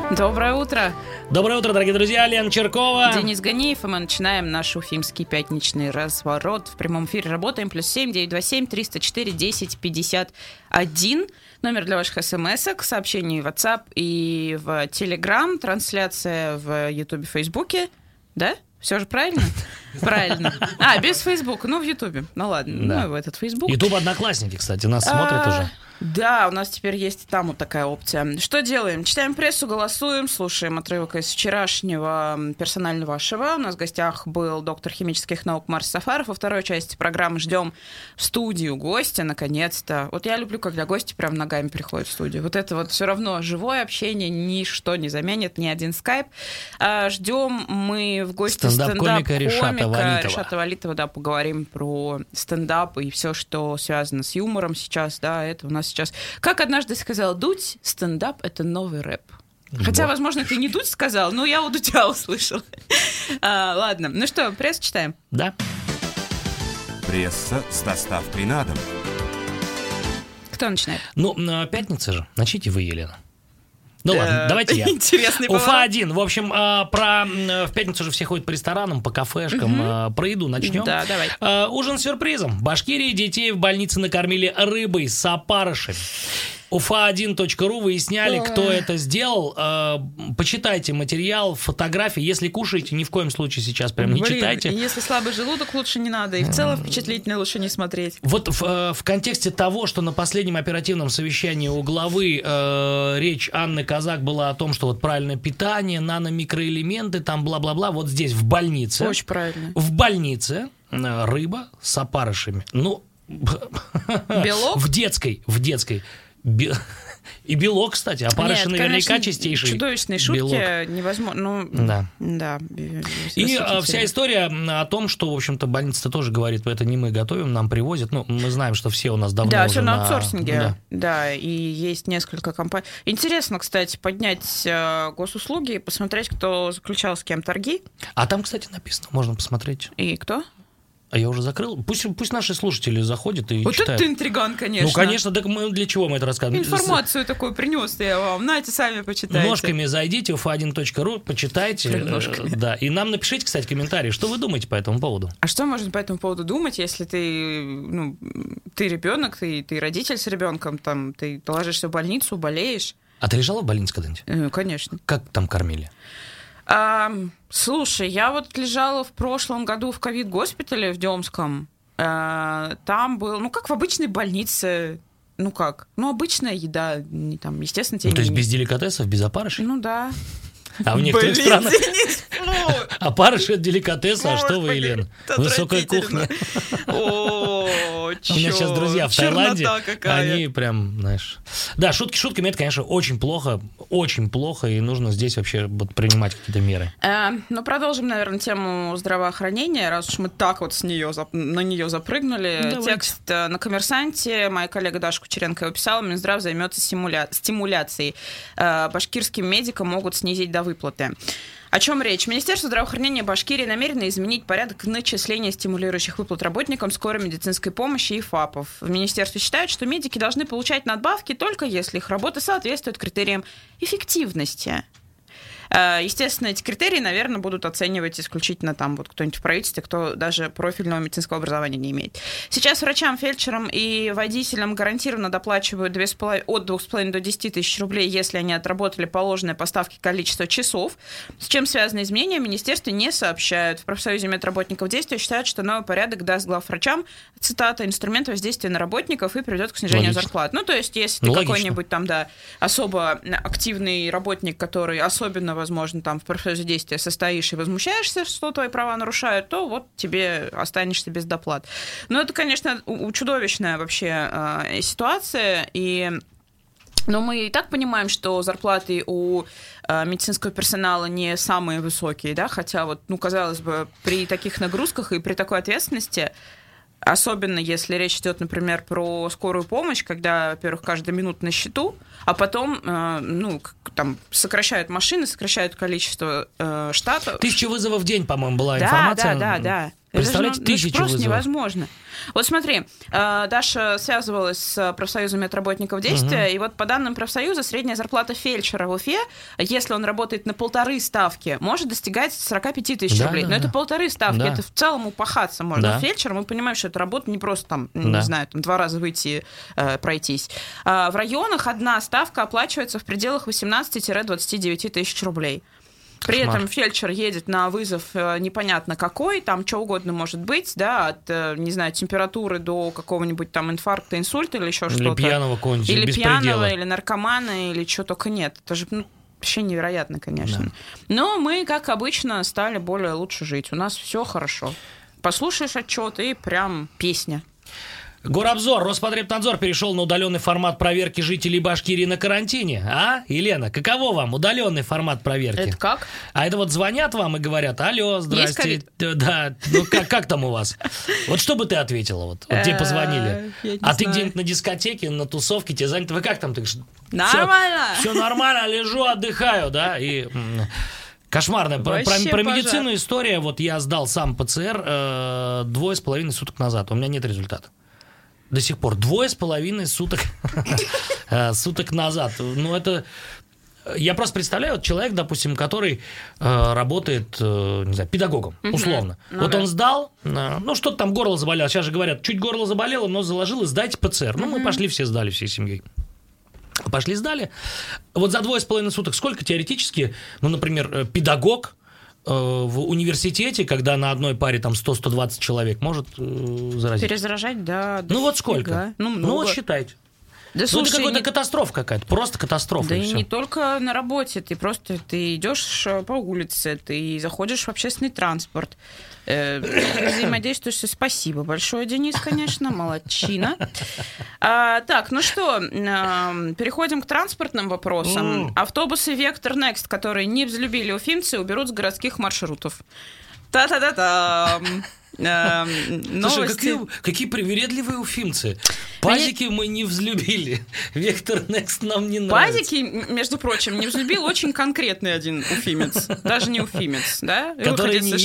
Доброе утро. Доброе утро, дорогие друзья. Лена Черкова. Денис Ганиев. И мы начинаем наш уфимский пятничный разворот. В прямом эфире работаем. +7 927 304 10 51. Номер для ваших смс-ок, сообщений в WhatsApp и в Telegram. Трансляция в YouTube, Фейсбуке. Да? Все же правильно? Правильно. Без Фейсбука. В Ютубе. Ну ладно, Да. в этот Фейсбук. Ютуб Одноклассники, кстати, нас смотрят уже. Да, у нас теперь есть там вот такая опция. Что делаем? Читаем прессу, голосуем, слушаем отрывок из вчерашнего «Персонально вашего». У нас в гостях был доктор химических наук Марс Сафаров. Во второй части программы ждем в студию гостя, наконец-то. Вот я люблю, когда гости прям ногами приходят в студию. Вот это вот все равно живое общение ничто не заменит, ни один скайп. Ждем мы в гости стендап-комика Ришата Валитова. Ришата Валитова, да, поговорим про стендап и все, что связано с юмором сейчас, да, это у нас сейчас. Как однажды сказал Дудь, стендап — это новый рэп. Хотя, возможно, ты не Дудь сказал, но я у Дудя услышал. Ладно, ну что, прессу читаем? Да. Пресса с доставкой на дом. Кто начинает? Пятница же. Начните вы, Елена. Ладно, давайте я. Интересный поворот. Уфа-1. В общем, в пятницу же все ходят по ресторанам, по кафешкам. Про еду начнем. Да, давай. Ужин с сюрпризом. В Башкирии детей в больнице накормили рыбой с опарышами. Уфа1.ру выясняли, кто это сделал. Почитайте материал, фотографии. Если кушаете, ни в коем случае сейчас прям не читайте. Если слабый желудок, лучше не надо. И в целом впечатлительно лучше не смотреть. Вот в контексте того, что на последнем оперативном совещании у главы речь Анны Казак была о том, что вот правильное питание, нано-микроэлементы, там бла-бла-бла. Вот здесь, в больнице. Очень правильно. В больнице рыба с опарышами. Белок? В детской. И белок, кстати. Опарыши наверняка чистейший чудовищные шутки белок. Невозможно. Да. И вся история о том, что, в общем-то, больница тоже говорит, это не мы готовим, нам привозят. Мы знаем, что все у нас давно Да, уже все на аутсорсинге. Да. Да, и есть несколько компаний. Интересно, кстати, поднять госуслуги и посмотреть, кто заключал с кем торги. А там, кстати, написано, можно посмотреть. И кто? А я уже закрыл. Пусть наши слушатели заходят и вот читают. Вот это ты интриган, конечно. Конечно, так для чего мы это рассказываем? Информацию такую принес я вам. Нате, сами почитайте. Ножками зайдите, ufa1.ru, почитайте. Да. И нам напишите, кстати, комментарии, что вы думаете по этому поводу. А что можно по этому поводу думать, если ты ребенок, ты родитель с ребенком, ты ложишься в больницу, болеешь? А ты лежала в больнице когда-нибудь? Конечно. Как там кормили? Слушай, я вот лежала в прошлом году в ковид-госпитале в Демском. Там был, как в обычной больнице. Обычная еда. Естественно, тебе то есть без деликатесов, без опарышей? Да. А в некоторых странах опарыши — это деликатесы, а что вы, Елена? Высокая кухня. О, у меня сейчас друзья в Таиланде, они прям, знаешь... Да, шутки шутками, это, конечно, очень плохо, и нужно здесь вообще принимать какие-то меры. Продолжим, наверное, тему здравоохранения, раз уж мы так вот на нее запрыгнули. Давайте. Текст на «Коммерсанте». Моя коллега Даша Кучеренко его писала. Минздрав займется стимуляцией. Башкирским медикам могут снизить до выплаты. О чем речь? Министерство здравоохранения Башкирии намерено изменить порядок начисления стимулирующих выплат работникам скорой медицинской помощи и ФАПов. В министерстве считают, что медики должны получать надбавки только если их работа соответствует критериям эффективности. Естественно, эти критерии, наверное, будут оценивать исключительно кто-нибудь в правительстве, кто даже профильного медицинского образования не имеет. Сейчас врачам, фельдшерам и водителям гарантированно доплачивают от 2,5 до 10 тысяч рублей, если они отработали положенное по ставке количество часов. С чем связаны изменения, в министерстве не сообщают. В профсоюзе медработников действия считают, что новый порядок даст главврачам, цитата, инструмент воздействия на работников и приведет к снижению зарплат. То есть, если ты какой-нибудь особо активный работник, который особенно возможно, в профсоюзе действия состоишь и возмущаешься, что твои права нарушают, то вот тебе останешься без доплат. Но это, конечно, чудовищная вообще ситуация, но мы и так понимаем, что зарплаты у медицинского персонала не самые высокие, да, хотя казалось бы, при таких нагрузках и при такой ответственности, особенно если речь идет, например, про скорую помощь, когда, во-первых, каждая минута на счету, а потом сокращают машины, сокращают количество штатов. 1000 вызовов в день, по-моему, была информация. Да. Представляете, тысячу просто вызовов. Невозможно. Вот смотри, Даша связывалась с профсоюзом медработников «Действия», и вот по данным профсоюза средняя зарплата фельдшера в Уфе, если он работает на 1,5 ставки, может достигать 45 тысяч рублей. Но это 1,5 ставки, это в целом упахаться можно. Фельдшер, мы понимаем, что это работа не просто там, не знаю, там 2 раза выйти, пройтись. В районах 1 ставка оплачивается в пределах 18-29 тысяч рублей. При этом фельдшер едет на вызов непонятно какой, там что угодно может быть, да, от, не знаю, температуры до какого-нибудь там инфаркта, инсульта или еще что-то. Или пьяного кончика, или пьяного, или наркомана, или что только нет. Это же вообще невероятно, конечно. Да. Но мы, как обычно, стали более лучше жить. У нас все хорошо. Послушаешь отчет и прям песня. Горобзор. Роспотребнадзор перешел на удаленный формат проверки жителей Башкирии на карантине. А, Елена, каково вам удаленный формат проверки? Это как? А это вот звонят вам и говорят: алло, здрасте. Да, ну как там у вас? Вот что бы ты ответила? Вот тебе позвонили. А ты где-нибудь на дискотеке, на тусовке, тебе занято. Вы как там? Ты говоришь: нормально. Все нормально, лежу, отдыхаю, да? И... Кошмарная. Про медицину история. Вот я сдал сам ПЦР 2,5 суток назад. У меня нет результата. До сих пор 2,5 суток назад. Ну, это... Я просто представляю, вот человек, допустим, который работает, не знаю, педагогом, условно. Вот он сдал, ну, что-то там горло заболело. Сейчас же говорят, чуть горло заболело, нос заложил, и сдайте ПЦР. Ну, мы пошли, все сдали, всей семьей. Пошли, сдали. Вот за 2,5 суток сколько теоретически, ну, например, педагог в университете, когда на одной паре там 100-120 человек может заразить? Перезаражать, да. Ну вот сколько? Ну вот считайте. Да, слушай, это какая-то катастрофа какая-то, просто катастрофа. Да и не только на работе, ты идешь по улице, ты заходишь в общественный транспорт, взаимодействуешь. Спасибо большое, Денис, конечно, молодчина. Так, ну что, переходим к транспортным вопросам. Автобусы «Вектор Next», которые не взлюбили уфимцы, уберут с городских маршрутов. Та-та-та-там! Слушай, какие привередливые уфимцы. Пазики мы не взлюбили. Вектор Next нам не нравится. Пазики, между прочим, не взлюбил очень конкретный один уфимец. Даже не уфимец, да? Который не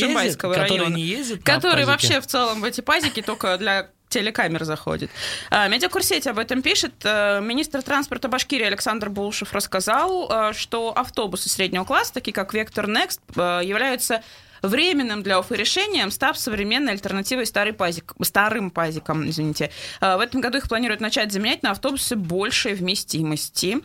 ездит, который вообще в целом в эти пазики только для телекамер заходит. Медиакурсеть об этом пишет. Министр транспорта Башкирии Александр Булушев рассказал, что автобусы среднего класса, такие как Вектор Next, являются временным для Уфы решением, став современной альтернативой старым пазикам. В этом году их планируют начать заменять на автобусы большей вместимости.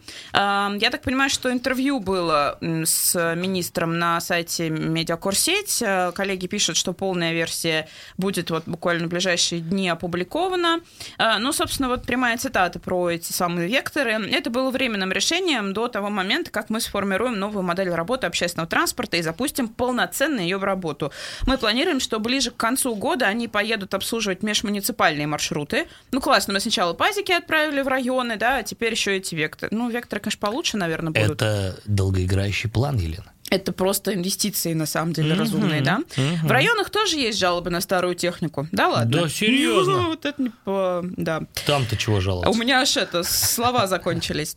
Я так понимаю, что интервью было с министром на сайте Медиакурсеть. Коллеги пишут, что полная версия будет вот буквально в ближайшие дни опубликована. Ну, собственно, вот прямая цитата про эти самые векторы. Это было временным решением до того момента, как мы сформируем новую модель работы общественного транспорта и запустим полноценный ее работу. Мы планируем, что ближе к концу года они поедут обслуживать межмуниципальные маршруты. Ну, классно, мы сначала пазики отправили в районы, да, а теперь еще эти векторы. Ну, векторы, конечно, получше, наверное, будут. Это долгоиграющий план, Елена. Это просто инвестиции, на самом деле, разумные, да? В районах тоже есть жалобы на старую технику. Да ладно? Да, серьезно? Вот это не... Да. Там-то чего жаловаться? У меня аж слова закончились.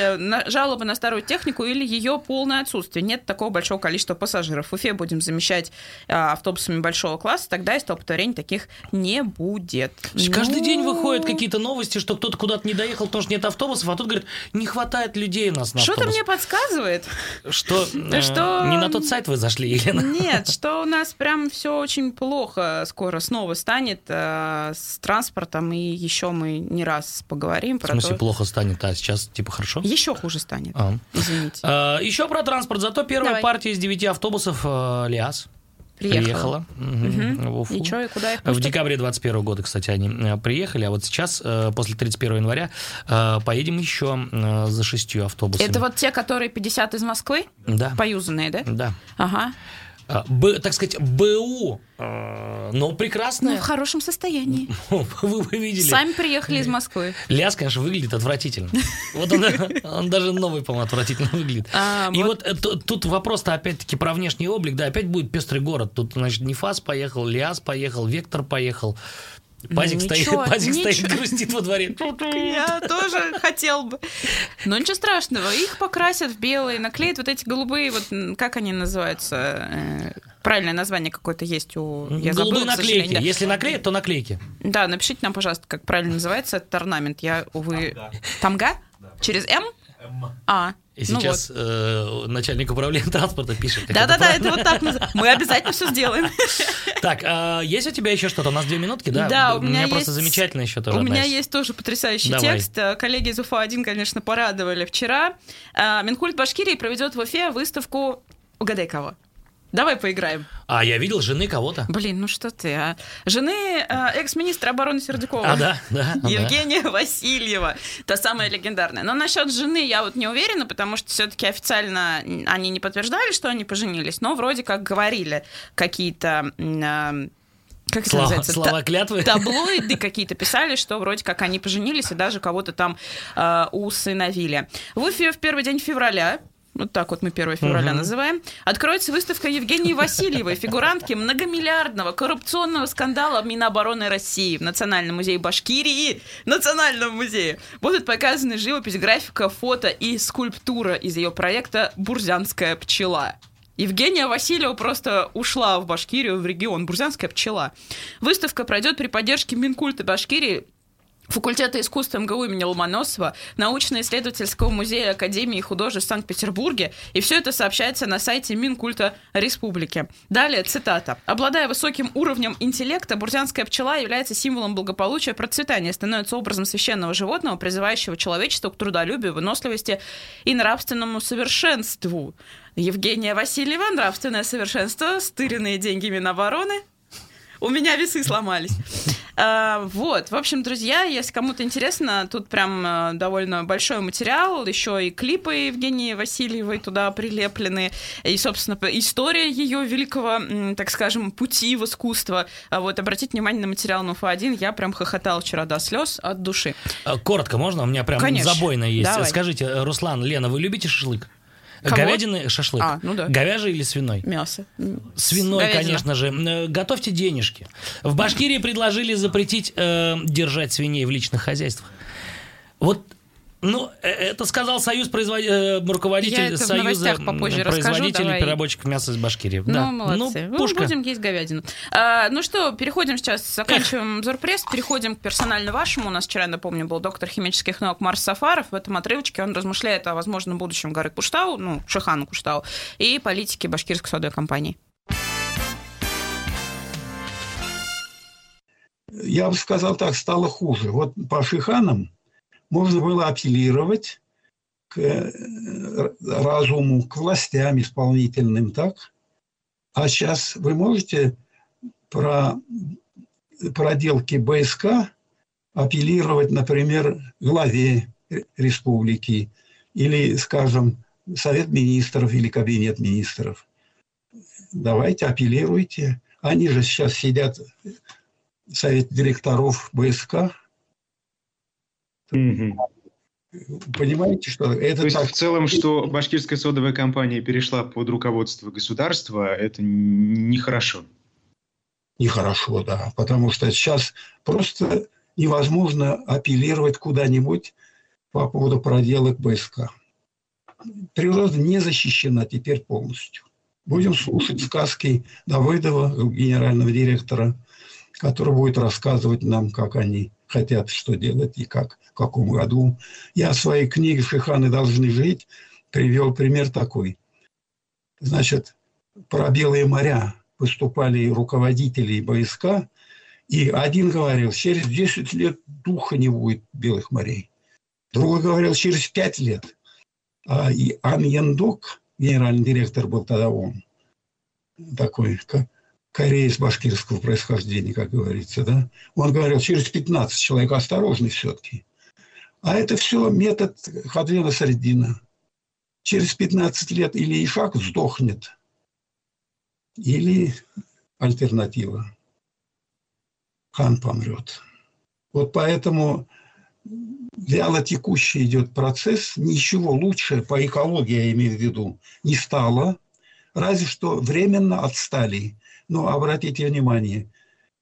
Жалобы на старую технику или ее полное отсутствие. Нет такого большого количества пассажиров. В Уфе будем замещать автобусами большого класса, тогда и столпотворений таких не будет. Каждый день выходят какие-то новости, что кто-то куда-то не доехал, потому что нет автобусов, а тут, говорят, не хватает людей у нас на автобус. Что-то мне подсказывает, что не на тот сайт вы зашли, Елена? Нет, что у нас прям все очень плохо скоро снова станет с транспортом, и еще мы не раз поговорим про то. В смысле, плохо станет, а сейчас типа хорошо? Еще хуже станет, извините. Еще про транспорт. Зато первая партия из 9 автобусов ЛиАЗ приехала в Уфу. И что, и куда их пустят? В декабре 2021 года, кстати, они приехали, а вот сейчас, после 31 января, поедем еще за 6 автобусами. Это вот те, которые 50 из Москвы? Да. Поюзанные, да? Да. Ага. Так сказать, БУ, но прекрасное. Ну, в хорошем состоянии. Вы видели. Сами приехали из Москвы. ЛиАЗ, конечно, выглядит отвратительно. Вот он даже новый, по-моему, отвратительно выглядит. И вот тут вопрос-то опять-таки про внешний облик, да, опять будет пестрый город. Тут, значит, НИФАС поехал, ЛиАЗ поехал, Вектор поехал. Пазик стоит, грустит во дворе. Я тоже хотел бы. Но ничего страшного, их покрасят в белый, наклеят вот эти голубые, вот как они называются? Правильное название какое-то есть у... Я Голубые забыла, наклейки. Да. Если наклеят, то наклейки. Да, напишите нам, пожалуйста, как правильно называется этот орнамент. Я, увы... Тамга? Да. Через М? И сейчас начальник управления транспорта пишет. Да-да-да, это вот так. Мы обязательно все сделаем. Так, есть у тебя еще что-то? У нас 2 минутки, да? Да, у меня просто замечательно еще тоже. У меня есть тоже потрясающий текст. Коллеги из УФА-1, конечно, порадовали вчера. Минкульт Башкирии проведет в Уфе выставку «Угадай кого». Давай поиграем. Я видел жены кого-то. Блин, ну что ты, Жены экс-министра обороны Сердюкова. Да. Евгения Васильева. Та самая легендарная. Но насчет жены я вот не уверена, потому что все-таки официально они не подтверждали, что они поженились, но вроде как говорили какие-то... Как это называется? Слова клятвы? Таблоиды какие-то писали, что вроде как они поженились и даже кого-то там усыновили. В Уфе в первый день февраля, вот так вот мы 1 февраля называем, откроется выставка Евгении Васильевой, фигурантки многомиллиардного коррупционного скандала Минобороны России в Национальном музее Башкирии. Национальном музее. Будут показаны живопись, графика, фото и скульптура из ее проекта «Бурзянская пчела». Евгения Васильева просто ушла в Башкирию, в регион «Бурзянская пчела». Выставка пройдет при поддержке Минкульта Башкирии, факультета искусств МГУ имени Ломоносова, научно-исследовательского музея Академии художеств в Санкт-Петербурге, и все это сообщается на сайте Минкульта Республики. Далее цитата. «Обладая высоким уровнем интеллекта, бурзянская пчела является символом благополучия и процветания, становится образом священного животного, призывающего человечество к трудолюбию, выносливости и нравственному совершенству». Евгения Васильева, нравственное совершенство, стыренные деньги Минобороны. У меня весы сломались. Вот, в общем, друзья, если кому-то интересно, тут прям довольно большой материал, еще и клипы Евгении Васильевой туда прилеплены, и, собственно, история ее великого, так скажем, пути в искусство. Вот, обратите внимание на материал на УФА-1, я прям хохотала вчера до слез от души. Коротко можно? У меня прям забойное есть. Давай. Скажите, Руслан, Лена, вы любите шашлык? Кого? Говядины шашлык. Ну да. Говяжий или свиной? Мясо. Свиной, говядина. Конечно же. Готовьте денежки. В Башкирии предложили запретить держать свиней в личных хозяйствах. Вот, это сказал союз руководитель Союза производителей и переработчиков мяса из Башкирии. Молодцы. Будем есть говядину. Что, переходим сейчас, заканчиваем обзор-пресс, переходим к персонально вашему. У нас вчера, напомню, был доктор химических наук Марс Сафаров. В этом отрывочке он размышляет о возможном будущем горы Куштау, Шихана Куштау, и политике башкирской содовой компании. Я бы сказал так, стало хуже. Вот по Шиханам можно было апеллировать к разуму, к властям исполнительным, так? А сейчас вы можете про проделки БСК апеллировать, например, главе республики или, скажем, Совет министров или Кабинет министров. Давайте, апеллируйте. Они же сейчас сидят в Совете директоров БСК. Понимаете, что это... То есть в целом, что башкирская содовая компания перешла под руководство государства, это нехорошо? Нехорошо, да. Потому что сейчас просто невозможно апеллировать куда-нибудь по поводу проделок БСК. Природа не защищена теперь полностью. Будем слушать сказки Давыдова, генерального директора, который будет рассказывать нам, как они хотят что делать и как, в каком году. Я в своей книге «Шиханы должны жить» привел пример такой. Значит, про Белые моря выступали руководители БСК, и один говорил, через 10 лет духа не будет Белых морей. Другой говорил, через 5 лет. И Ан Яндок, генеральный директор был тогда он, такой, кореец башкирского происхождения, как говорится, да? Он говорил, через 15 человек, осторожный все-таки. А это все метод Хадвена Среддина. Через 15 лет или Ишак сдохнет, или альтернатива. Хан помрет. Вот поэтому вяло текущий идет процесс, ничего лучше по экологии, я имею в виду, не стало, разве что временно отстали. Но обратите внимание,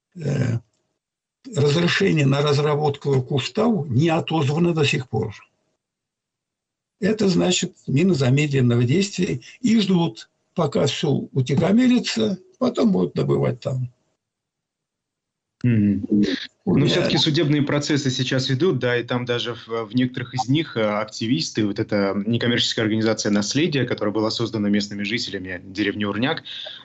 разрешение на разработку Куштау не отозвано до сих пор. Это значит мина замедленного действия и ждут, пока все утихомирится, потом будут добывать там. Но все-таки судебные процессы сейчас ведут, да, и там даже в некоторых из них активисты, вот эта некоммерческая организация «Наследие», которая была создана местными жителями деревни Урняк,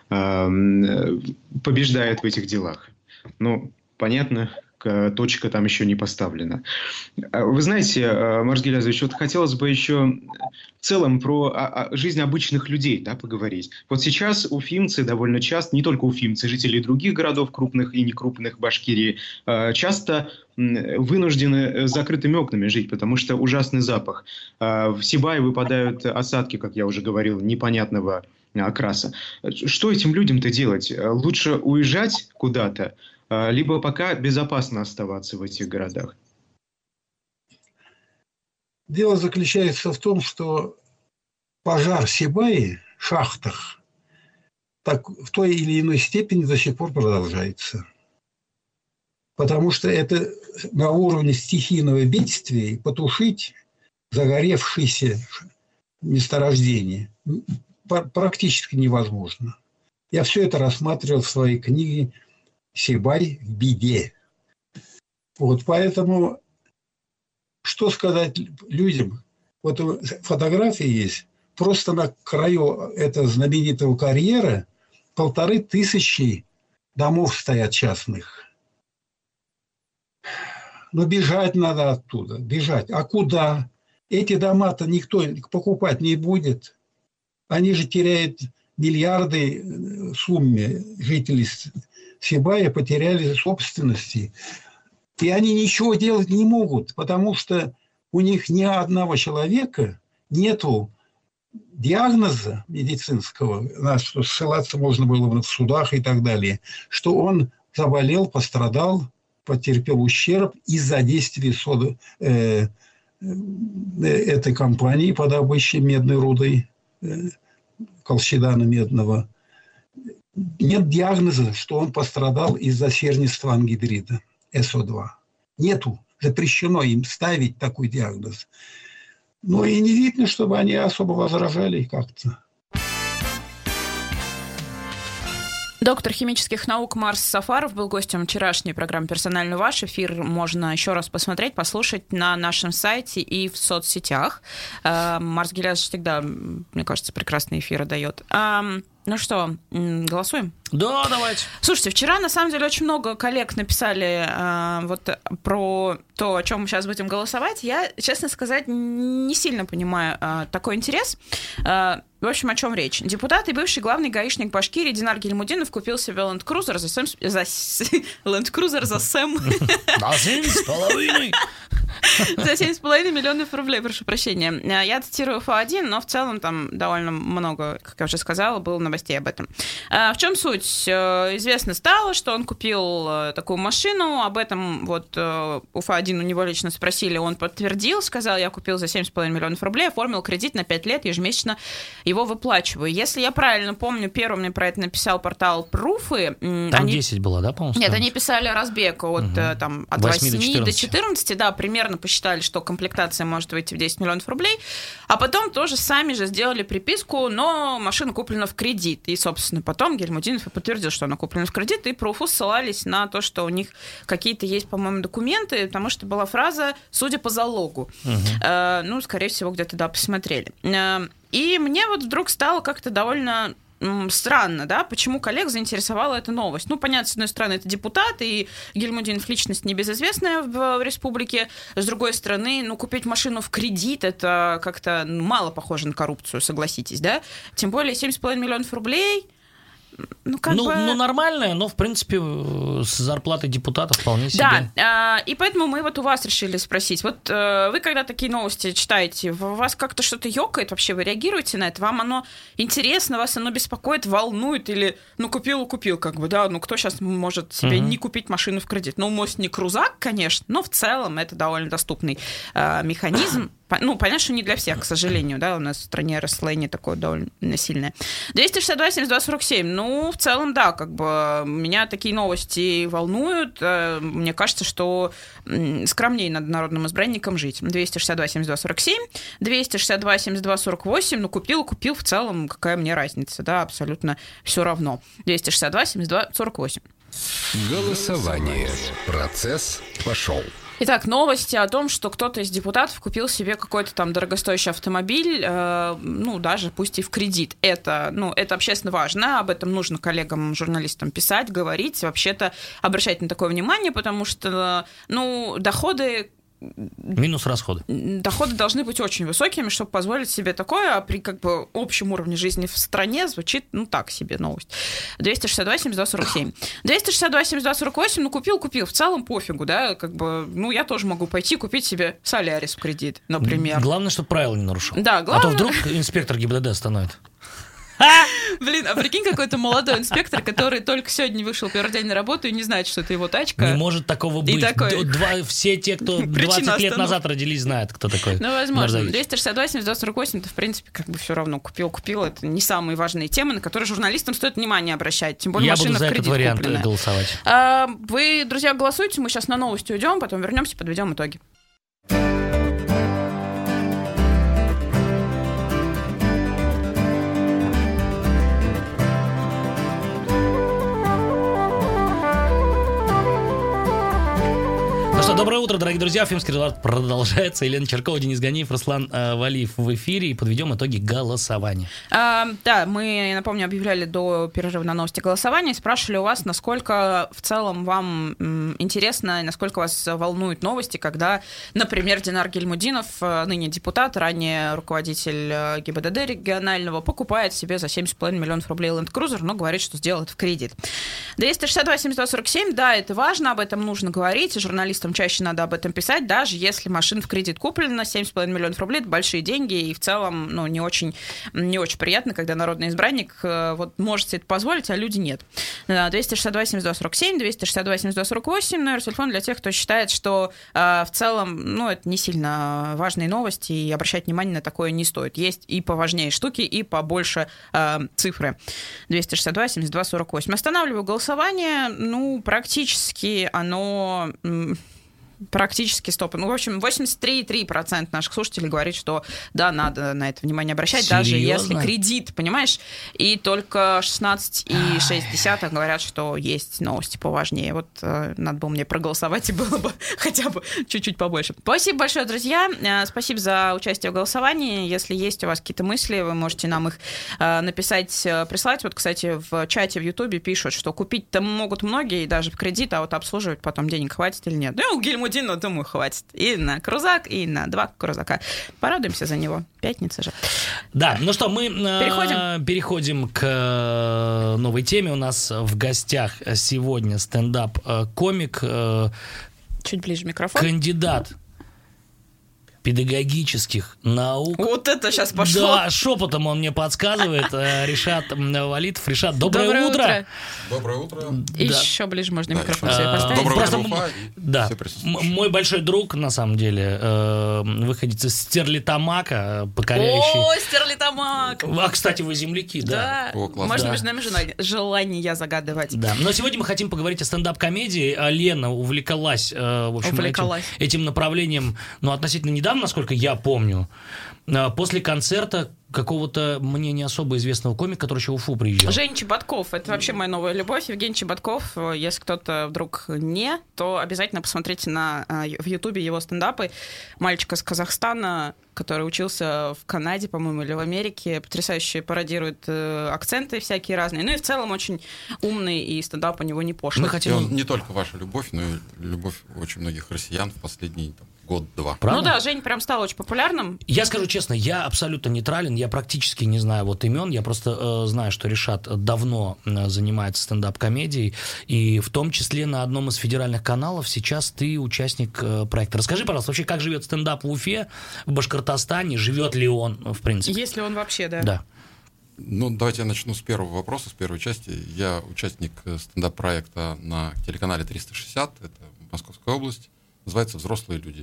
побеждает в этих делах. Ну, понятно, точка там еще не поставлена. Вы знаете, Марс Гилязович, вот хотелось бы еще в целом про жизнь обычных людей, да, поговорить. Вот сейчас уфимцы довольно часто, не только уфимцы, жители других городов, крупных и некрупных Башкирии, часто вынуждены с закрытыми окнами жить, потому что ужасный запах. В Сибае выпадают осадки, как я уже говорил, непонятного окраса. Что этим людям-то делать? Лучше уезжать куда-то, либо пока безопасно оставаться в этих городах? Дело заключается в том, что пожар в Сибае, в шахтах, так, в той или иной степени до сих пор продолжается. Потому что это на уровне стихийного бедствия потушить загоревшиеся месторождения практически невозможно. Я все это рассматривал в своей книге «Сибай в беде». Вот поэтому, что сказать людям? Вот фотографии есть. Просто на краю этого знаменитого карьера 1500 домов стоят частных. Но бежать надо оттуда, бежать. А куда? Эти дома-то никто покупать не будет. Они же теряют миллиарды в сумме. Жители Сибая потеряли собственности. И они ничего делать не могут, потому что у них ни одного человека нету диагноза медицинского, на что ссылаться можно было в судах и так далее, что он заболел, пострадал, потерпел ущерб из-за действий этой компании по добыче медной руды, колчедана медного. Нет диагноза, что он пострадал из-за сернистого ангидрида СО2. Нету. Запрещено им ставить такой диагноз. Ну и не видно, чтобы они особо возражали как-то. Доктор химических наук Марс Сафаров был гостем вчерашней программы «Персонально ваш». Эфир можно еще раз посмотреть, послушать на нашем сайте и в соцсетях. Марс Гилязович всегда, мне кажется, прекрасные эфиры дает. Ну что, голосуем? Да, давайте. Слушайте, вчера, на самом деле, очень много коллег написали вот про то, о чем мы сейчас будем голосовать. Я, честно сказать, не сильно понимаю такой интерес. В общем, о чем речь? Депутат и бывший главный гаишник Башкирии Динар Гильмудинов купил себе Land Cruiser за 7,5 миллионов рублей, прошу прощения. Я цитирую ФА1, но в целом там довольно много, как я уже сказала, было новостей об этом. В чем суть? Известно стало, что он купил такую машину, об этом вот у ФА1 у него лично спросили, он подтвердил, сказал, я купил за 7,5 миллионов рублей, оформил кредит на 5 лет, ежемесячно его выплачиваю. Если я правильно помню, первым мне про это написал портал Пруфы. Там 10 было, да, по-моему? Нет, они писали разбег от 8 до 14, да, примерно посчитали, что комплектация может выйти в 10 миллионов рублей, а потом тоже сами же сделали приписку, но машина куплена в кредит. И, собственно, потом Гильмудинов подтвердил, что она куплена в кредит, и Пруфу ссылались на то, что у них какие-то есть, по-моему, документы, потому что была фраза «судя по залогу». Ну, скорее всего, где-то, да, посмотрели. И мне вот вдруг стало как-то довольно странно, да, почему коллег заинтересовала эта новость. Ну, понятно, с одной стороны, это депутат, и Гильмудинов личность небезызвестная в республике. С другой стороны, ну, купить машину в кредит, это как-то мало похоже на коррупцию, согласитесь, да? Тем более 7,5 миллионов рублей... Ну, нормальная, но, в принципе, с зарплатой депутата вполне себе. Да, и поэтому мы вот у вас решили спросить. Вот вы, когда такие новости читаете, у вас как-то что-то ёкает вообще? Вы реагируете на это? Вам оно интересно, вас оно беспокоит, волнует? Или, ну, купил, как бы, да, ну, кто сейчас может себе не купить машину в кредит? Ну, может, не крузак, конечно, но в целом это довольно доступный механизм. понятно, что не для всех, к сожалению, да, у нас в стране расслоение такое довольно сильное. 262-72-47, ну, в целом, да, как бы меня такие новости волнуют. Мне кажется, что скромнее над народным избранником жить. 262-72-47, 262-72-48, ну, купил, в целом, какая мне разница, да, абсолютно все равно. 262-72-48. Голосование. Процесс пошел. Итак, новости о том, что кто-то из депутатов купил себе какой-то там дорогостоящий автомобиль, ну, даже пусть и в кредит. Это общественно важно, об этом нужно коллегам-журналистам писать, говорить, вообще-то обращать на такое внимание, потому что, ну, доходы... Минус расходы. Доходы должны быть очень высокими, чтобы позволить себе такое, а при как бы общем уровне жизни в стране звучит, ну, так себе новость. 262-72-47. 262-72-48, ну, купил, в целом пофигу, да, как бы, ну, я тоже могу пойти купить себе Солярис в кредит, например. Главное, чтобы правила не нарушил. Да, главное... А то вдруг инспектор ГИБДД остановит. Блин, а прикинь, какой-то молодой инспектор, который только сегодня вышел первый день на работу и не знает, что это его тачка. Не может такого быть. Все те, кто 20 лет назад родились, знают, кто такой. Ну, возможно. 262-72-48, это, в принципе, как бы все равно. Купил. Это не самые важные темы, на которые журналистам стоит внимание обращать. Тем более машина в кредит купленная. Я буду за этот вариант голосовать. Вы, друзья, голосуйте. Мы сейчас на новости уйдем, потом вернемся, подведем итоги. Доброе утро, дорогие друзья. Уфимский разговор продолжается. Елена Черкова, Денис Ганиев, Руслан Валиев в эфире. И подведем итоги голосования. Да, мы, я напомню, объявляли до перерыва на новости голосования и спрашивали у вас, насколько в целом вам интересно, насколько вас волнуют новости, когда, например, Динар Гильмудинов, ныне депутат, ранее руководитель ГИБДД регионального, покупает себе за 7,5 миллионов рублей Land Cruiser, но говорит, что сделает в кредит. 262-72-47, да, это важно, об этом нужно говорить, и журналистам чаще надо об этом писать, даже если машина в кредит куплена, 7,5 миллионов рублей, это большие деньги, и в целом, ну, не очень приятно, когда народный избранник вот может себе это позволить, а люди нет. 262-72-47, 262-72-48, номер телефона для тех, кто считает, что в целом, ну, это не сильно важные новости, и обращать внимание на такое не стоит. Есть и поважнее штуки, и побольше цифры. 262-72-48. Останавливаю голосование, ну, практически оно... Практически стоп. Ну, в общем, 83,3% наших слушателей говорит, что да, надо на это внимание обращать, серьезно? Даже если кредит, понимаешь? И только 16,6% говорят, что есть новости поважнее. Вот надо было мне проголосовать, и было бы хотя бы чуть-чуть побольше. Спасибо большое, друзья. Спасибо за участие в голосовании. Если есть у вас какие-то мысли, вы можете нам их написать, прислать. Вот, кстати, в чате в Ютубе пишут, что купить-то могут многие, даже в кредит, а вот обслуживать потом денег хватит или нет. Ну, Гильмудинова, думаю, хватит. И на крузак, и на 2 крузака. Порадуемся за него. Пятница же. Да, ну что, мы переходим к новой теме. У нас в гостях сегодня стендап-комик. Чуть ближе микрофон. Кандидат педагогических наук. Вот это сейчас пошло. Да, шепотом он мне подсказывает. Ришат Валитов. Ришат, доброе утро. Доброе утро. Еще ближе можно микрофон себе поставить. Доброе утро, да. Мой большой друг, на самом деле, выходец из Стерлитамака, покоряющий... О, Стерлитамак! А, кстати, вы земляки, да. О, можно между нами желания загадывать. Да, но сегодня мы хотим поговорить о стендап-комедии. Лена увлеклась, в общем, этим направлением, ну, относительно недавно, насколько я помню, после концерта какого-то мне не особо известного комика, который еще в Уфу приезжал. Женя Чеботков. Это вообще моя новая любовь. Евгений Чеботков. Если кто-то вдруг не, то обязательно посмотрите в Ютубе его стендапы. Мальчик из Казахстана, который учился в Канаде, по-моему, или в Америке. Потрясающе пародирует акценты всякие разные. Ну и в целом очень умный, и стендап у него не пошлый. Он не только ваша любовь, но и любовь очень многих россиян в последний год-два. Правда? Ну да, Жень прям стал очень популярным. Я скажу честно, я абсолютно нейтрален, я практически не знаю вот имен, я просто знаю, что Ришат давно занимается стендап-комедией, и в том числе на одном из федеральных каналов сейчас ты участник проекта. Расскажи, пожалуйста, вообще, как живет стендап в Уфе, в Башкортостане, живет ли он, в принципе? Если он вообще, да. Да. Ну, давайте я начну с первого вопроса, с первой части. Я участник стендап-проекта на телеканале 360, это Московская область, называется «Взрослые люди».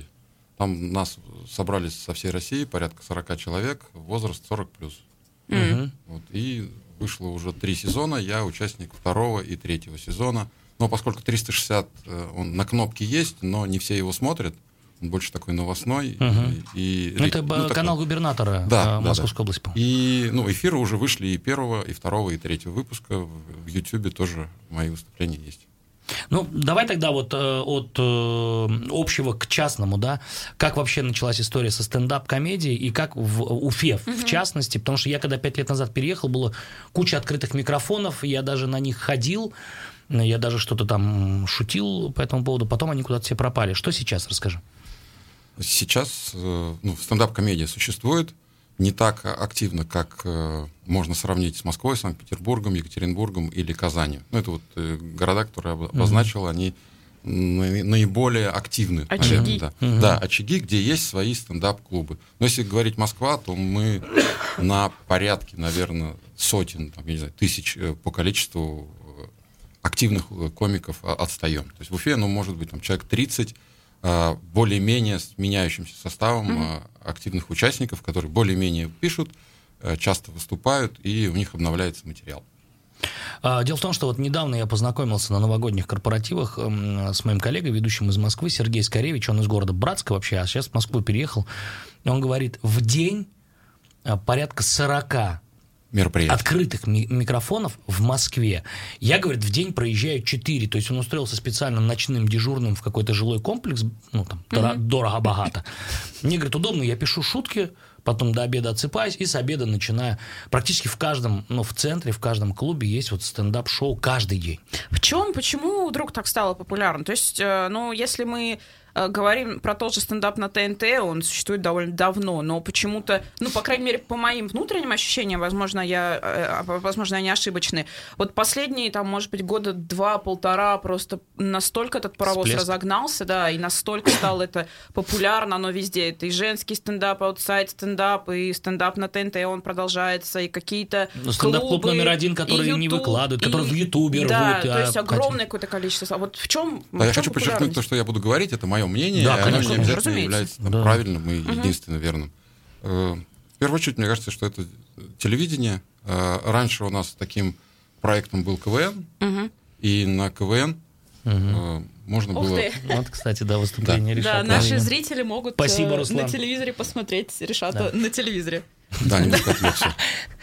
Там нас собрались со всей России порядка 40 человек, возраст 40+. Вот, и вышло уже 3 сезона, я участник 2 и 3 сезона. Но поскольку 360, он на кнопке есть, но не все его смотрят, он больше такой новостной. Это канал губернатора Московской области. И эфиры уже вышли и 1, и 2, и 3 выпуска. В Ютьюбе тоже мои выступления есть. Давай тогда вот от общего к частному, да, как вообще началась история со стендап-комедией и как в Уфе, в частности, потому что я когда 5 лет назад переехал, было куча открытых микрофонов, я даже на них ходил, я даже что-то там шутил по этому поводу, потом они куда-то все пропали. Что сейчас, расскажи. Сейчас стендап-комедия существует не так активно, как можно сравнить с Москвой, Санкт-Петербургом, Екатеринбургом или Казанью. Это вот города, которые я обозначил, они наиболее активны. Очаги. Наверное, да, очаги, где есть свои стендап-клубы. Но если говорить Москва, то мы на порядке, наверное, сотен, тысяч по количеству активных комиков отстаем. То есть в Уфе, может быть, человек 30, более-менее с меняющимся составом активных участников, которые более-менее пишут, часто выступают, и у них обновляется материал. Дело в том, что вот недавно я познакомился на новогодних корпоративах с моим коллегой, ведущим из Москвы, Сергей Скоревич, он из города Братска вообще, а сейчас в Москву переехал. Он говорит, в день порядка 40 открытых микрофонов в Москве. Я, говорит, в день проезжаю 4. То есть он устроился специально ночным дежурным в какой-то жилой комплекс, дорого-богато. Мне, говорит, удобно, я пишу шутки, потом до обеда отсыпаюсь, и с обеда начинаю. Практически в каждом, в центре, в каждом клубе есть вот стендап-шоу каждый день. Почему вдруг так стало популярно? То есть, если мы говорим про тот же стендап на ТНТ, он существует довольно давно, но почему-то, по крайней мере, по моим внутренним ощущениям, возможно, они ошибочны. Вот последние, может быть, 2-1.5 просто настолько этот паровоз разогнался, да, и настолько стало это популярно, оно везде. Это и женский стендап, аутсайд стендап, и стендап на ТНТ, он продолжается, и какие-то стендап-клуб номер 1, который YouTube, не выкладывают, который в Ютубе рвут. Да, то есть огромное какое-то количество. А вот в чем я хочу подчеркнуть то, что я буду говорить, это мое мнение, да, оно не обязательно является правильным и единственно верным. В первую очередь, мне кажется, что это телевидение. Раньше у нас таким проектом был КВН, и на КВН можно было... Вот, кстати, выступление Ришата. Да, наши зрители могут на телевизоре посмотреть Ришата на телевизоре. Да, немножко отвлекся.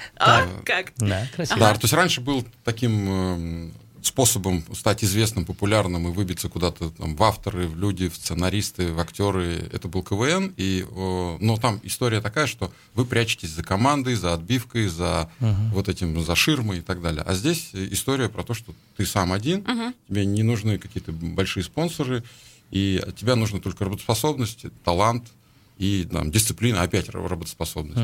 Как? Да, красиво. Да, то есть раньше был таким способом стать известным, популярным и выбиться куда-то в авторы, в люди, в сценаристы, в актеры. Это был КВН, но там история такая, что вы прячетесь за командой, за отбивкой, за за ширмой и так далее. А здесь история про то, что ты сам один, тебе не нужны какие-то большие спонсоры, и от тебя нужна только работоспособность, талант и дисциплина, опять работоспособность.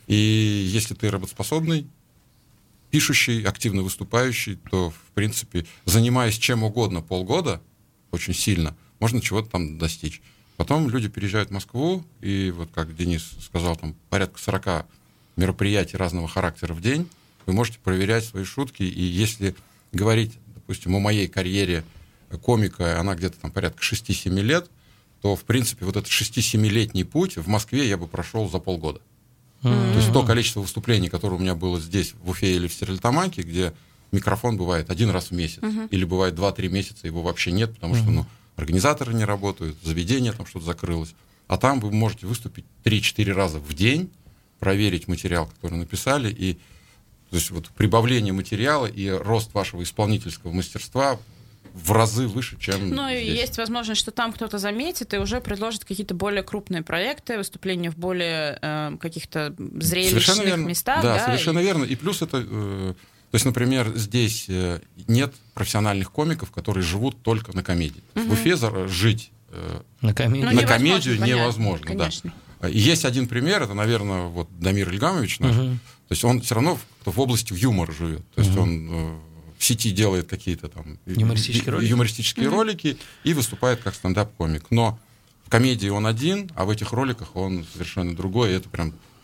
И если ты работоспособный, пишущий, активно выступающий, то, в принципе, занимаясь чем угодно полгода, очень сильно, можно чего-то там достичь. Потом люди переезжают в Москву, и вот как Денис сказал, там порядка 40 мероприятий разного характера в день, вы можете проверять свои шутки, и если говорить, допустим, о моей карьере комика, она где-то там порядка 6-7 лет, то, в принципе, вот этот 6-7-летний путь в Москве я бы прошел за полгода. То есть то количество выступлений, которое у меня было здесь, в Уфе или в Стерлитамаке, где микрофон бывает 1 раз в месяц, или бывает 2-3 месяца, его вообще нет, потому что организаторы не работают, заведение там что-то закрылось. А там вы можете выступить 3-4 раза в день, проверить материал, который написали, и то есть вот прибавление материала и рост вашего исполнительского мастерства в разы выше, чем и здесь. Есть возможность, что там кто-то заметит и уже предложит какие-то более крупные проекты, выступления в более каких-то зрелищных местах. Да, совершенно верно. И плюс это... то есть, например, здесь нет профессиональных комиков, которые живут только на комедии. В Уфе жить на комедию невозможно. Конечно. Да. И есть один пример, это, наверное, Дамир Ильгамович наш. То есть он все равно в области юмора живет. То есть он... в сети делает какие-то там юмористические ролики и выступает как стендап-комик. Но в комедии он один, а в этих роликах он совершенно другой. И это прям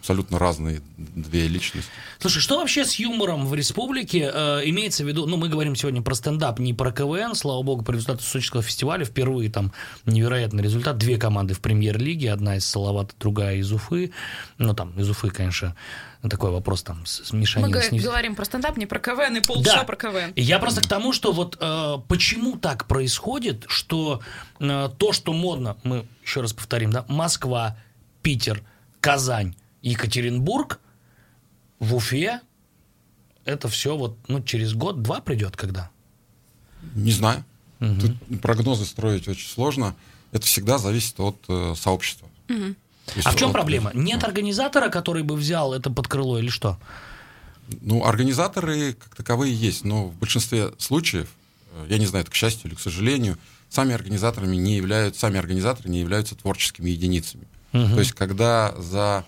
абсолютно разные две личности. Слушай, что вообще с юмором в республике имеется в виду? Ну, мы говорим сегодня про стендап, не про КВН. Слава богу, по результату Сочинского фестиваля впервые там невероятный результат. 2 команды в премьер-лиге, одна из Салавата, другая из Уфы. Ну, там, из Уфы, конечно, такой вопрос там с мешаниной. Мы говорим про стендап, не про КВН, и полчаса про КВН. Я просто к тому, что вот почему так происходит, что то, что модно, мы еще раз повторим, да, Москва, Питер, Казань, Екатеринбург, в Уфе это все вот, через год-два придет когда? Не знаю. Тут прогнозы строить очень сложно. Это всегда зависит от сообщества. А в чем проблема? Нет организатора, который бы взял это под крыло или что? Ну, организаторы как таковые есть, но в большинстве случаев, я не знаю, это к счастью или к сожалению, сами организаторы не являются творческими единицами. То есть, когда за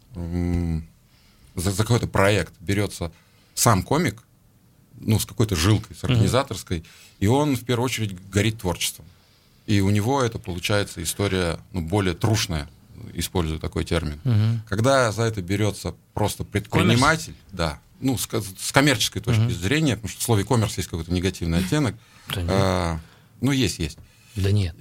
какой-то проект берется сам комик, с какой-то жилкой, с организаторской, и он в первую очередь горит творчеством. И у него это получается история более трушная, используя такой термин. Когда за это берется просто предприниматель, да, с коммерческой точки зрения, потому что в слове коммерс есть какой-то негативный оттенок. Есть. Да нет.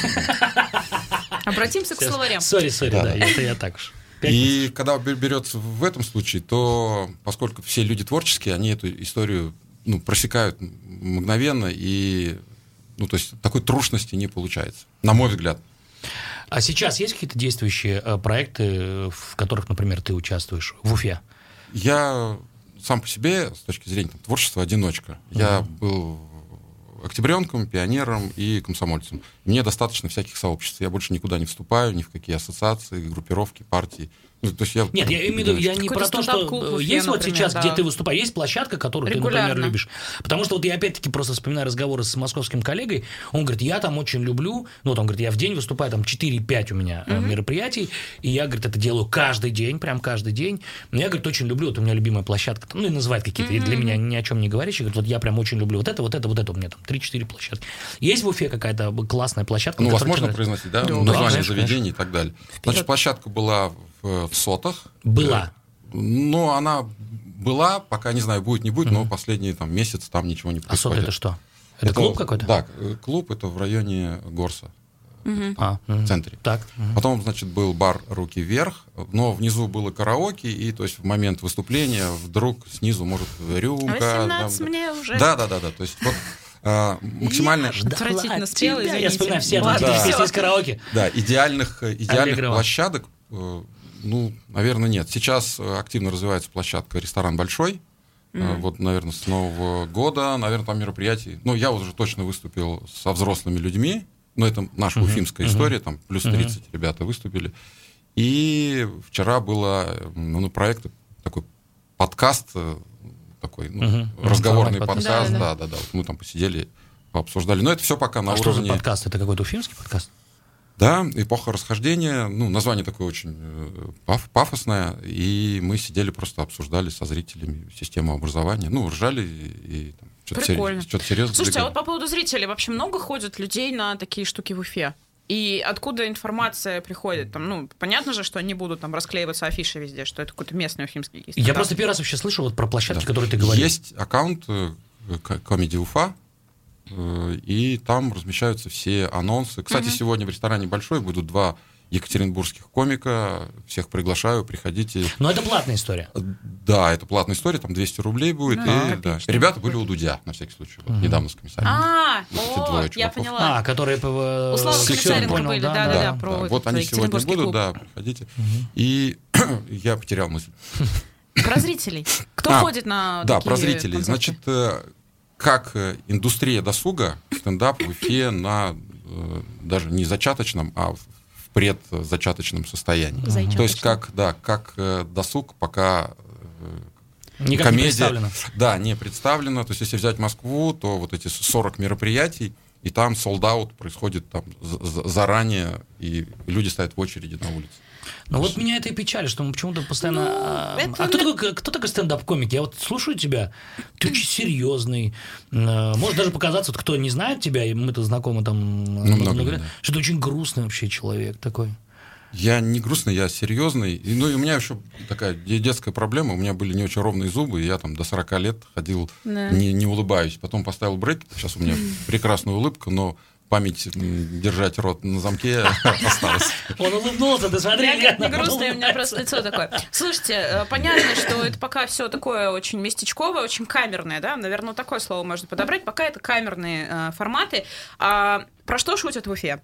Обратимся к словарям. Сори, да, это я так уж. И когда берется в этом случае, то, поскольку все люди творческие, они эту историю просекают мгновенно, и то есть такой трушности не получается, на мой взгляд. А сейчас есть какие-то действующие проекты, в которых, например, ты участвуешь в Уфе? Я сам по себе, с точки зрения творчества, одиночка. Я был октябренком, пионером и комсомольцем. Мне достаточно всяких сообществ. Я больше никуда не вступаю, ни в какие ассоциации, группировки, партии. То есть я имею в виду, я не про то, что есть вот сейчас, где ты выступаешь, есть площадка, которую ты, например, любишь. Потому что вот я опять-таки просто вспоминаю разговоры с московским коллегой, он говорит, я там очень люблю, он говорит, я в день выступаю, там 4-5 у меня мероприятий, и я, говорит, это делаю каждый день, прям каждый день. Но я, говорит, очень люблю, вот у меня любимая площадка, и называет какие-то, и для меня ни о чем не говорящие, говорит, вот я прям очень люблю вот это, у меня там 3-4 площадки. Есть в Уфе какая-то классная площадка? Возможно произносить, да? Название заведений и так далее. Значит, площадка была в Сотах. Была. Она была, пока не знаю, будет, не будет, но последний месяц там ничего не происходит. А Соты это что? Это клуб какой-то? Да, клуб это в районе Горса, в центре. Так. Потом, значит, был бар «Руки вверх», но внизу было караоке, и то есть в момент выступления вдруг снизу может рюмка. 18 мне уже. Да. То есть вот максимально... Отвратительно спела, извините. Я вспоминаю все песни из караоке. Да, идеальных площадок, наверное, нет. Сейчас активно развивается площадка «Ресторан Большой». Вот, наверное, с Нового года, наверное, там мероприятий. Я уже точно выступил со взрослыми людьми. Это наша уфимская история, там плюс 30 ребята выступили. И вчера был проект, такой подкаст, такой разговорный подкаст. Да. Вот мы там посидели, пообсуждали. Но это все пока на уровне... Что за подкаст? Это какой-то уфимский подкаст? Да, «Эпоха расхождения». Название такое очень пафосное. И мы сидели, просто обсуждали со зрителями систему образования. Ржали и что-то серьезно. Слушайте, а вот по поводу зрителей, вообще много ходят людей на такие штуки в Уфе? И откуда информация приходит? Понятно же, что они будут расклеиваться афиши везде, что это какой-то местный уфимский есть. Я просто первый раз вообще слышу про площадки, которые ты говорил. Есть аккаунт Comedy Уфа, и там размещаются все анонсы. Кстати, сегодня в ресторане «Большой» будут 2 екатеринбургских комика. Всех приглашаю, приходите. Но это платная история. Да, это платная история, там 200 рублей будет. Ребята были у Дудя, на всякий случай, недавно с комиссарем. Я поняла. Которые у Славы Комиссаренко были, да. Вот они сегодня будут, приходите. И я потерял мысль. Про зрителей. Кто ходит на такие про зрителей. концерты? Значит, как индустрия досуга, стендап в Уфе на даже не зачаточном, а в предзачаточном состоянии. То есть как досуг пока никак комедия, не представлено. Да, не представлено. То есть если взять Москву, то вот эти 40 мероприятий, и там солд-аут происходит там заранее, и люди стоят в очереди на улице. Вот меня это и печалит, что мы почему-то постоянно... Кто такой стендап-комик? Я вот слушаю тебя, ты очень серьезный. Может даже показаться, вот кто не знает тебя, и мы-то знакомы там, много, что ты очень грустный вообще человек такой. Я не грустный, я серьезный. Ну, и у меня еще такая детская проблема. У меня были не очень ровные зубы, и я там до 40 лет ходил, не улыбаюсь. Потом поставил брекет. Сейчас у меня прекрасная улыбка, но память держать рот на замке осталась. Он улыбнулся, ты смотри. Я не грустный, у меня просто лицо такое. Слушайте, понятно, что это пока все такое очень местечковое, очень камерное, да? Наверное, такое слово можно подобрать. Пока это камерные форматы. А про что шутят в Уфе?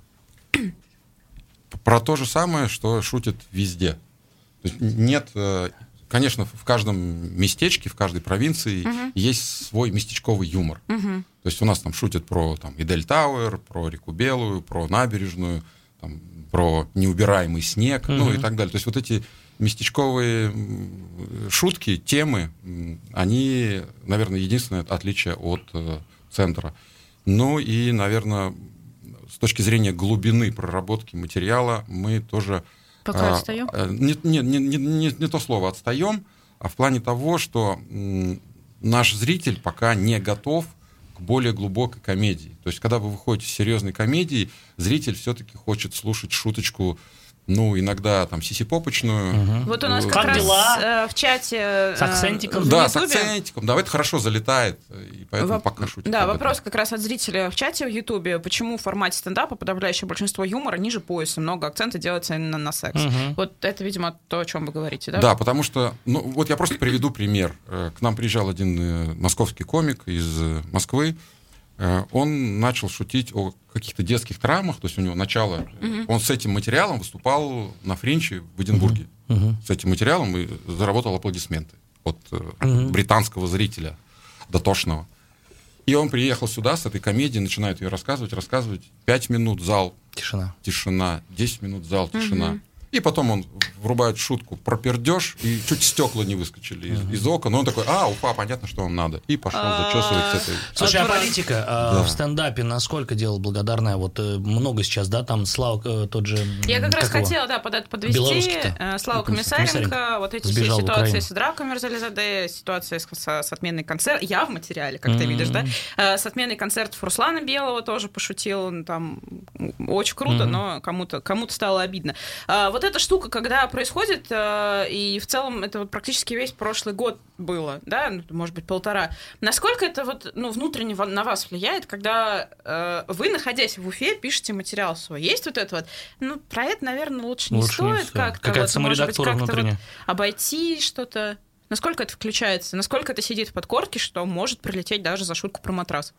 Про то же самое, что шутят везде. То есть нет, конечно, в каждом местечке, в каждой провинции есть свой местечковый юмор. То есть у нас там шутят про там, Идель Тауэр, про реку Белую, про набережную, там, про неубираемый снег, ну и так далее. То есть вот эти местечковые шутки, темы, они, наверное, единственное отличие от центра. Ну и, наверное, с точки зрения глубины проработки материала мы тоже... Пока отстаем? Не то слово «отстаем», а в плане того, что наш зритель пока не готов к более глубокой комедии. То есть, когда вы выходите с серьезной комедией, зритель все-таки хочет слушать шуточку, ну, иногда там сисипопочную. Вот у нас как раз в чате... С акцентиком. Да, с акцентиком. Да, это хорошо залетает, и поэтому пока шутит. Да, вопрос как раз от зрителя в чате в Ютубе. Почему в формате стендапа подавляющее большинство юмора ниже пояса? Много акцента делается именно на секс. Вот это, видимо, то, о чем вы говорите, да? Да, потому что... Ну, вот я просто приведу пример. К нам приезжал один московский комик из Москвы. Он начал шутить о каких-то детских травмах, то есть у него начало... Он с этим материалом выступал на Фринче в Эдинбурге. С этим материалом и заработал аплодисменты от британского зрителя дотошного. И он приехал сюда с этой комедией, начинает ее рассказывать. 5 минут зал, тишина, 10 минут зал, тишина. И потом он врубает шутку про пердеж, и чуть стекла не выскочили из окон. Но он такой, Уфа, понятно, что вам надо. И пошел зачесывать с этой... Слушай, а политика в стендапе насколько дело благодарное? Вот много сейчас, да, там Слава тот же... Я как раз хотела, да, подвести Славу Комиссаренко, вот эти все ситуации с драками Мерзализаде, ситуация с отменой концерта. Я в материале, как ты видишь, да? С отменой концертов Руслана Белого тоже пошутил. Он там очень круто, но кому-то стало обидно. Вот эта штука, когда происходит, и в целом это вот практически весь прошлый год было, да, может быть, 1,5. Насколько это вот, внутренне на вас влияет, когда вы, находясь в Уфе, пишете материал свой? Есть вот это вот, про это, наверное, лучше не стоит как-то. Какая-то саморедактура внутренняя. Обойти что-то. Насколько это включается? Насколько это сидит в подкорке, что может прилететь даже за шутку про матрас?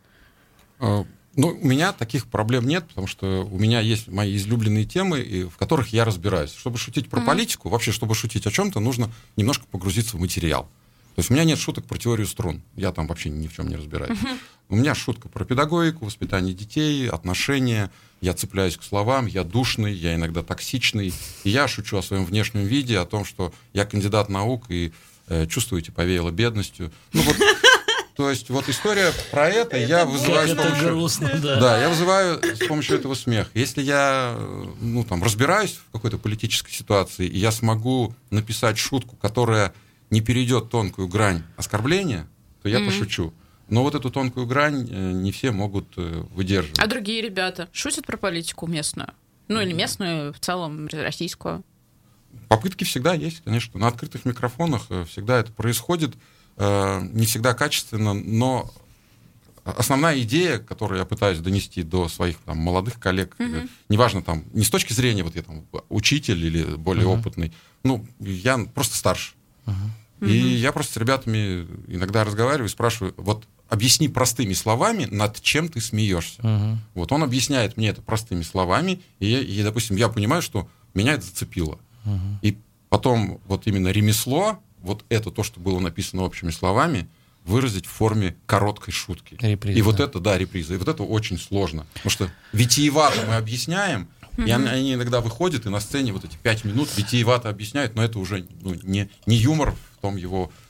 У меня таких проблем нет, потому что у меня есть мои излюбленные темы, в которых я разбираюсь. Чтобы шутить про политику, вообще, чтобы шутить о чем-то, нужно немножко погрузиться в материал. То есть у меня нет шуток про теорию струн. Я там вообще ни в чем не разбираюсь. У меня шутка про педагогику, воспитание детей, отношения. Я цепляюсь к словам, я душный, я иногда токсичный. И я шучу о своем внешнем виде, о том, что я кандидат наук и чувствуете, повеяло бедностью. То есть вот история про это я вызываю с помощью... я вызываю с помощью этого смех. Если я разбираюсь в какой-то политической ситуации, и я смогу написать шутку, которая не перейдет тонкую грань оскорбления, то я пошучу. Но вот эту тонкую грань не все могут выдерживать. А другие ребята шутят про политику местную? Или местную, в целом, российскую? Попытки всегда есть, конечно. На открытых микрофонах всегда это происходит. Не всегда качественно, но основная идея, которую я пытаюсь донести до своих молодых коллег, неважно, не с точки зрения, вот я учитель или более опытный, я просто старше. И я просто с ребятами иногда разговариваю и спрашиваю, вот объясни простыми словами, над чем ты смеешься. Вот он объясняет мне это простыми словами, и, допустим, я понимаю, что меня это зацепило. И потом вот именно ремесло, вот это то, что было написано общими словами, выразить в форме короткой шутки. Реприза. И вот это, реприза. И вот это очень сложно. Потому что витиевато мы объясняем, и они иногда выходят, и на сцене вот эти 5 минут витиевато объясняют, но это уже не юмор в том его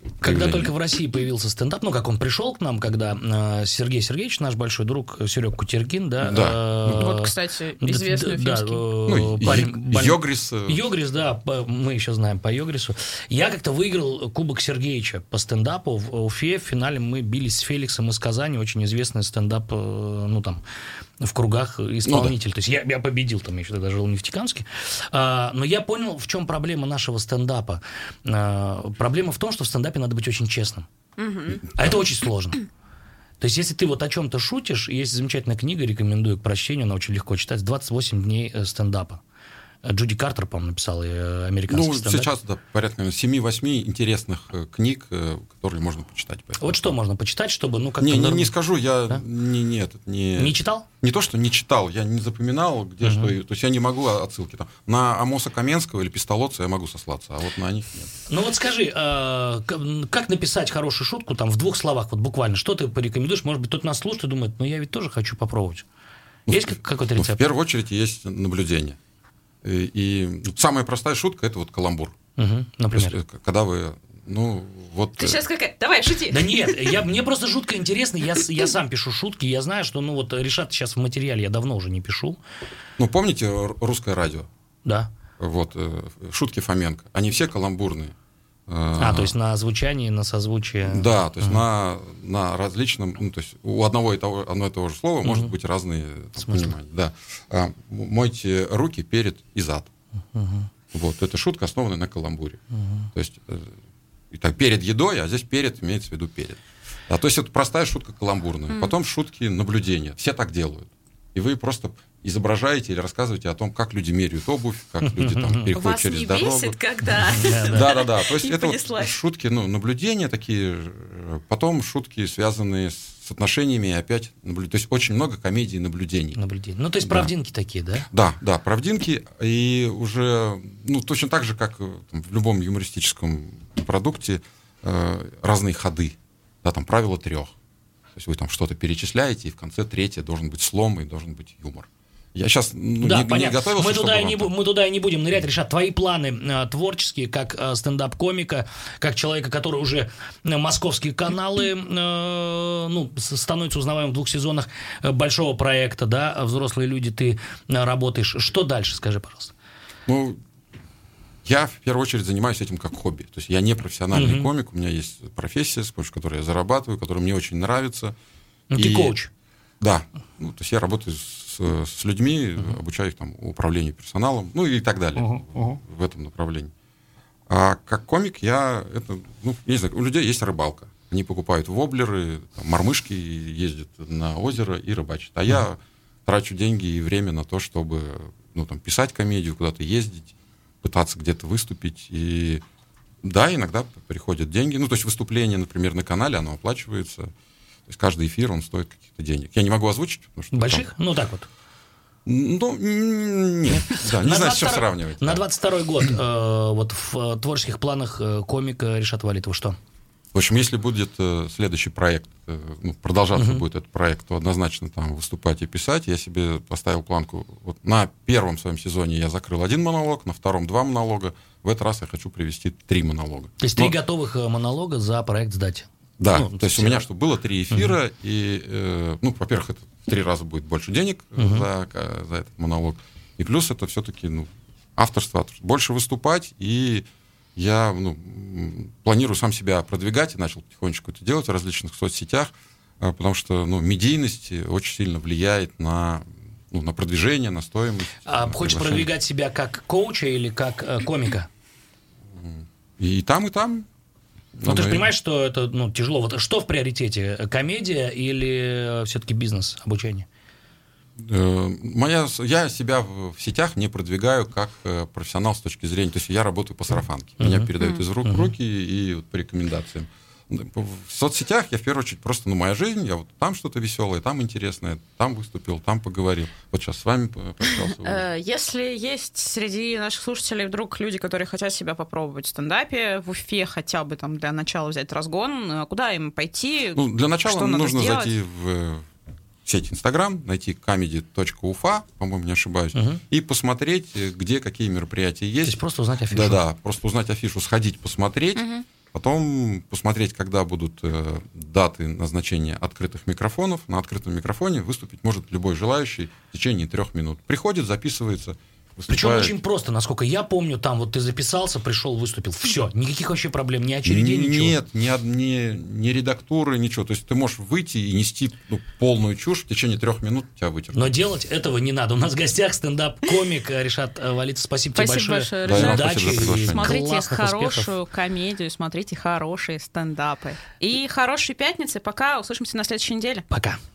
Когда только в России появился стендап, ну, как он пришел к нам, когда Сергей Сергеевич, наш большой друг, Серег Кутергин, да. Вот, кстати, известный уфимский. Парень. Йогрис. Йогрис, да, мы еще знаем по Йогрису. Я как-то выиграл Кубок Сергеевича по стендапу в Уфе. В финале мы бились с Феликсом из Казани, очень известный стендап, ну, там, в кругах исполнитель. То есть я победил, там, я еще тогда жил в Нефтекамске. Но я понял, в чем проблема нашего стендапа. Проблема в том, что в стендапе надо быть очень честным. А это очень сложно. То есть, если ты вот о чем-то шутишь, есть замечательная книга, рекомендую к прочтению, она очень легко читать, «28 дней стендапа». Джуди Картер, по-моему, написала американский стендап. Сейчас да, порядка 7-8 интересных книг, которые можно почитать. Вот что можно почитать, чтобы, ну, как-то... Не скажу, я не читал? Не то, что не читал, я не запоминал, где что. То есть я не могу отсылки там. На Амоса Каменского или Пистолотца я могу сослаться, а вот на них нет. Ну вот скажи, как написать хорошую шутку там в 2 словах, вот буквально, что ты порекомендуешь? Может быть, кто-то нас слушает и думает, я ведь тоже хочу попробовать. Есть какой-то рецепт? В первую очередь есть наблюдение. И самая простая шутка – это вот каламбур. Например? То есть, когда вы, Ты сейчас какая? Давай, шути. Да нет, мне просто жутко интересно, я сам пишу шутки, я знаю, что, Ришат сейчас в материале, я давно уже не пишу. Помните русское радио? Да. Вот, шутки Фоменко, они все каламбурные. То есть на звучании, на созвучии. Да, то есть на различном, то есть у одно и того же слова может быть разные понимания. Да. Мойте руки перед и зад. Вот, это шутка, основанная на каламбуре. То есть, итак, перед едой, а здесь перед имеется в виду перед. То есть это простая шутка каламбурная. Потом шутки наблюдения. Все так делают. И вы просто изображаете или рассказываете о том, как люди меряют обувь, как люди там переходят через дорогу. Вас не бесит, когда... Да. То есть это вот шутки, наблюдения такие, потом шутки, связанные с отношениями, и опять наблюдения. То есть очень много комедий наблюдений. То есть правдинки такие, да? Да, правдинки. И уже, точно так же, как в любом юмористическом продукте, разные ходы. Да, там правило 3. То есть вы там что-то перечисляете, и в конце 3 должен быть слом, и должен быть юмор. Я сейчас не готовился, мы туда и не будем нырять. Ришат, твои планы творческие, как стендап-комика, как человека, который уже московские каналы становятся узнаваемым в 2 сезонах большого проекта, да, «Взрослые люди», ты работаешь. Что дальше, скажи, пожалуйста? Я в первую очередь занимаюсь этим как хобби. То есть я не профессиональный комик, у меня есть профессия, с помощью которой я зарабатываю, которая мне очень нравится. Ты коуч? Да. То есть я работаю с людьми, обучаю их там управлению персоналом, и так далее в этом направлении. А как комик я не знаю, у людей есть рыбалка. Они покупают воблеры, мормышки, ездят на озеро и рыбачат. А я трачу деньги и время на то, чтобы писать комедию, куда-то ездить, пытаться где-то выступить. И да, иногда приходят деньги. То есть выступление, например, на канале, оно оплачивается. То есть каждый эфир, он стоит каких-то денег. Я не могу озвучить. Потому что больших? Так вот. Нет. Да, не знаю, с чем сравнивать. На 22-й год вот в творческих планах комика Ришата Валитова что? В общем, если будет следующий проект, продолжаться будет этот проект, то однозначно там выступать и писать. Я себе поставил планку. Вот на первом своем сезоне я закрыл 1 монолог, на втором 2 монолога. В этот раз я хочу привести 3 монолога. То есть 3 готовых монолога за проект сдать? Да, то есть у меня чтобы было 3 эфира, и, во-первых, это 3 раза будет больше денег за этот монолог. И плюс это все-таки авторство. Больше выступать, и я планирую сам себя продвигать и начал потихонечку это делать в различных соцсетях, потому что медийность очень сильно влияет на продвижение, на стоимость. А хочешь продвигать себя как коуча или как комика? И там, и там. Ты же понимаешь, что это тяжело. Вот что в приоритете? Комедия или все-таки бизнес, обучение? Я себя в сетях не продвигаю как профессионал с точки зрения... То есть я работаю по сарафанке. Меня передают из рук в руки и по рекомендациям. В соцсетях я в первую очередь просто моя жизнь. Я вот там что-то веселое, там интересное, там выступил, там поговорил. Вот сейчас с вами пообщался. Если есть среди наших слушателей вдруг люди, которые хотят себя попробовать в стендапе, в Уфе хотя бы там для начала взять разгон, куда им пойти? Для начала нужно зайти в сеть Инстаграм, найти comedy.ufa, по-моему, не ошибаюсь, и посмотреть, где какие мероприятия есть. То есть просто узнать афишу. Да, просто узнать афишу, сходить, посмотреть. Потом посмотреть, когда будут даты назначения открытых микрофонов. На открытом микрофоне выступить может любой желающий в течение 3 минут. Приходит, записывается, выступает. Причем очень просто, насколько я помню, там вот ты записался, пришел, выступил. Все, никаких вообще проблем, ни очередей, ничего. Нет, ни редактуры, ничего. То есть ты можешь выйти и нести полную чушь, в течение 3 минут тебя вытерпят. Но делать этого не надо. У нас в гостях стендап-комик Ришат Валидзе. Спасибо тебе большое. Спасибо Да, большое, спасибо за Ришат. приглашение. Смотрите Классных хорошую успехов. комедию, смотрите хорошие стендапы. И хорошей пятницы. Пока. Услышимся на следующей неделе. Пока.